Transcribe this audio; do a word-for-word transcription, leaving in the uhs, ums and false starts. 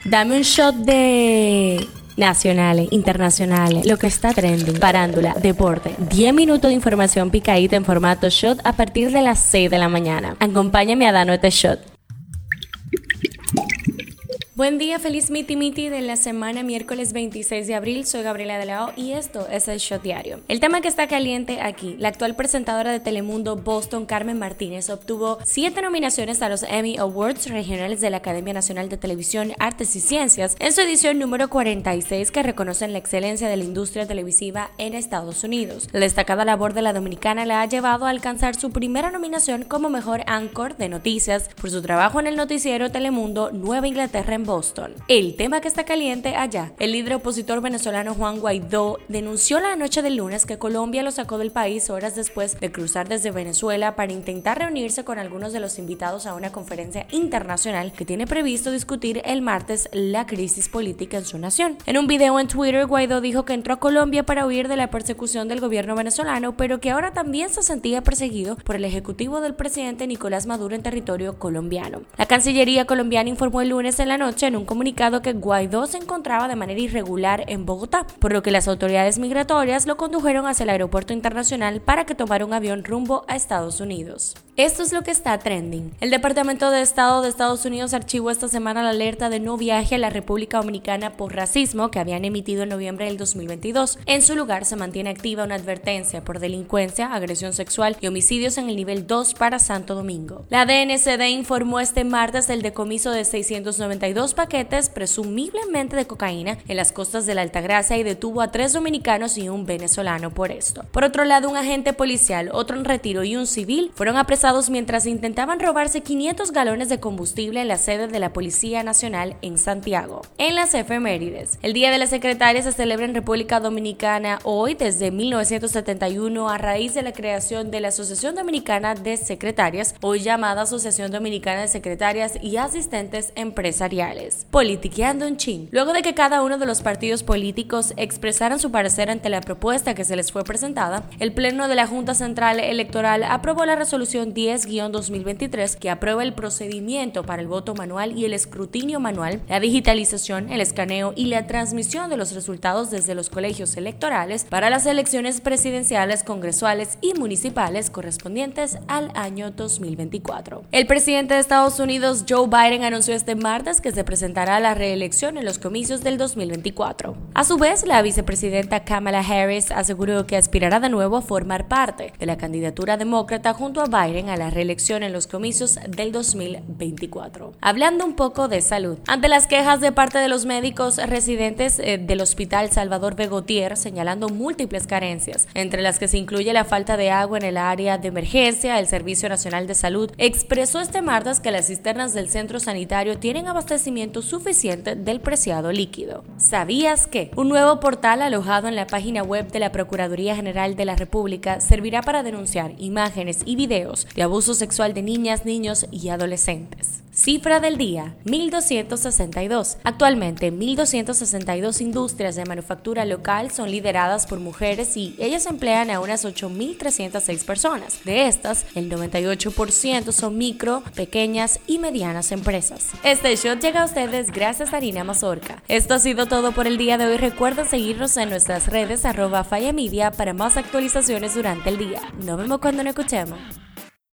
Dame un shot de nacionales, internacionales, lo que está trending, farándula, deporte. diez minutos de información picadita en formato shot a partir de las seis de la mañana. Acompáñame a darnos este shot. Buen día, feliz miti miti de la semana miércoles veintiséis de abril. Soy Gabriela de la O y esto es el Shot Diario. El tema que está caliente aquí: la actual presentadora de Telemundo Boston, Carmen Martínez, obtuvo siete nominaciones a los Emmy Awards regionales de la Academia Nacional de Televisión, Artes y Ciencias en su edición número cuarenta y seis, que reconocen la excelencia de la industria televisiva en Estados Unidos. La destacada labor de la dominicana la ha llevado a alcanzar su primera nominación como mejor anchor de noticias por su trabajo en el noticiero Telemundo Nueva Inglaterra en Boston. El tema que está caliente allá: el líder opositor venezolano Juan Guaidó denunció la noche del lunes que Colombia lo sacó del país horas después de cruzar desde Venezuela para intentar reunirse con algunos de los invitados a una conferencia internacional que tiene previsto discutir el martes la crisis política en su nación. En un video en Twitter, Guaidó dijo que entró a Colombia para huir de la persecución del gobierno venezolano, pero que ahora también se sentía perseguido por el ejecutivo del presidente Nicolás Maduro en territorio colombiano. La Cancillería colombiana informó el lunes en la noche en un comunicado que Guaidó se encontraba de manera irregular en Bogotá, por lo que las autoridades migratorias lo condujeron hacia el aeropuerto internacional para que tomara un avión rumbo a Estados Unidos. Esto es lo que está trending. El Departamento de Estado de Estados Unidos archivó esta semana la alerta de no viaje a la República Dominicana por racismo que habían emitido en noviembre del dos mil veintidós. En su lugar se mantiene activa una advertencia por delincuencia, agresión sexual y homicidios en el nivel dos para Santo Domingo. La D N C D informó este martes el decomiso de seiscientos noventa y dos paquetes presumiblemente de cocaína en las costas de la Altagracia y detuvo a tres dominicanos y un venezolano por esto. Por otro lado, un agente policial, otro en retiro y un civil fueron apresados mientras intentaban robarse quinientos galones de combustible en la sede de la Policía Nacional en Santiago. En las efemérides: el Día de la Secretaria se celebra en República Dominicana hoy desde mil novecientos setenta y uno a raíz de la creación de la Asociación Dominicana de Secretarias, hoy llamada Asociación Dominicana de Secretarias y Asistentes Empresariales. Politiqueando un chin. Luego de que cada uno de los partidos políticos expresaran su parecer ante la propuesta que se les fue presentada, el Pleno de la Junta Central Electoral aprobó la resolución diez guión dos mil veintitrés, que aprueba el procedimiento para el voto manual y el escrutinio manual, la digitalización, el escaneo y la transmisión de los resultados desde los colegios electorales para las elecciones presidenciales, congresuales y municipales correspondientes al año dos mil veinticuatro. El presidente de Estados Unidos, Joe Biden, anunció este martes que se presentará a la reelección en los comicios del dos mil veinticuatro. A su vez, la vicepresidenta Kamala Harris aseguró que aspirará de nuevo a formar parte de la candidatura demócrata junto a Biden a la reelección en los comicios del dos mil veinticuatro. Hablando un poco de salud: ante las quejas de parte de los médicos residentes eh, del Hospital Salvador B. Gautier, señalando múltiples carencias, entre las que se incluye la falta de agua en el área de emergencia, el Servicio Nacional de Salud expresó este martes que las cisternas del centro sanitario tienen abastecimiento suficiente del preciado líquido. ¿Sabías que? Un nuevo portal alojado en la página web de la Procuraduría General de la República servirá para denunciar imágenes y videos de abuso sexual de niñas, niños y adolescentes. Cifra del día: mil doscientos sesenta y dos. Actualmente, mil doscientos sesenta y dos industrias de manufactura local son lideradas por mujeres y ellas emplean a unas ocho mil trescientas seis personas. De estas, el noventa y ocho por ciento son micro, pequeñas y medianas empresas. Este shot llega a ustedes gracias a Harina Mazorca. Esto ha sido todo por el día de hoy. Recuerda seguirnos en nuestras redes arroba Falla Media para más actualizaciones durante el día. Nos vemos cuando nos escuchemos.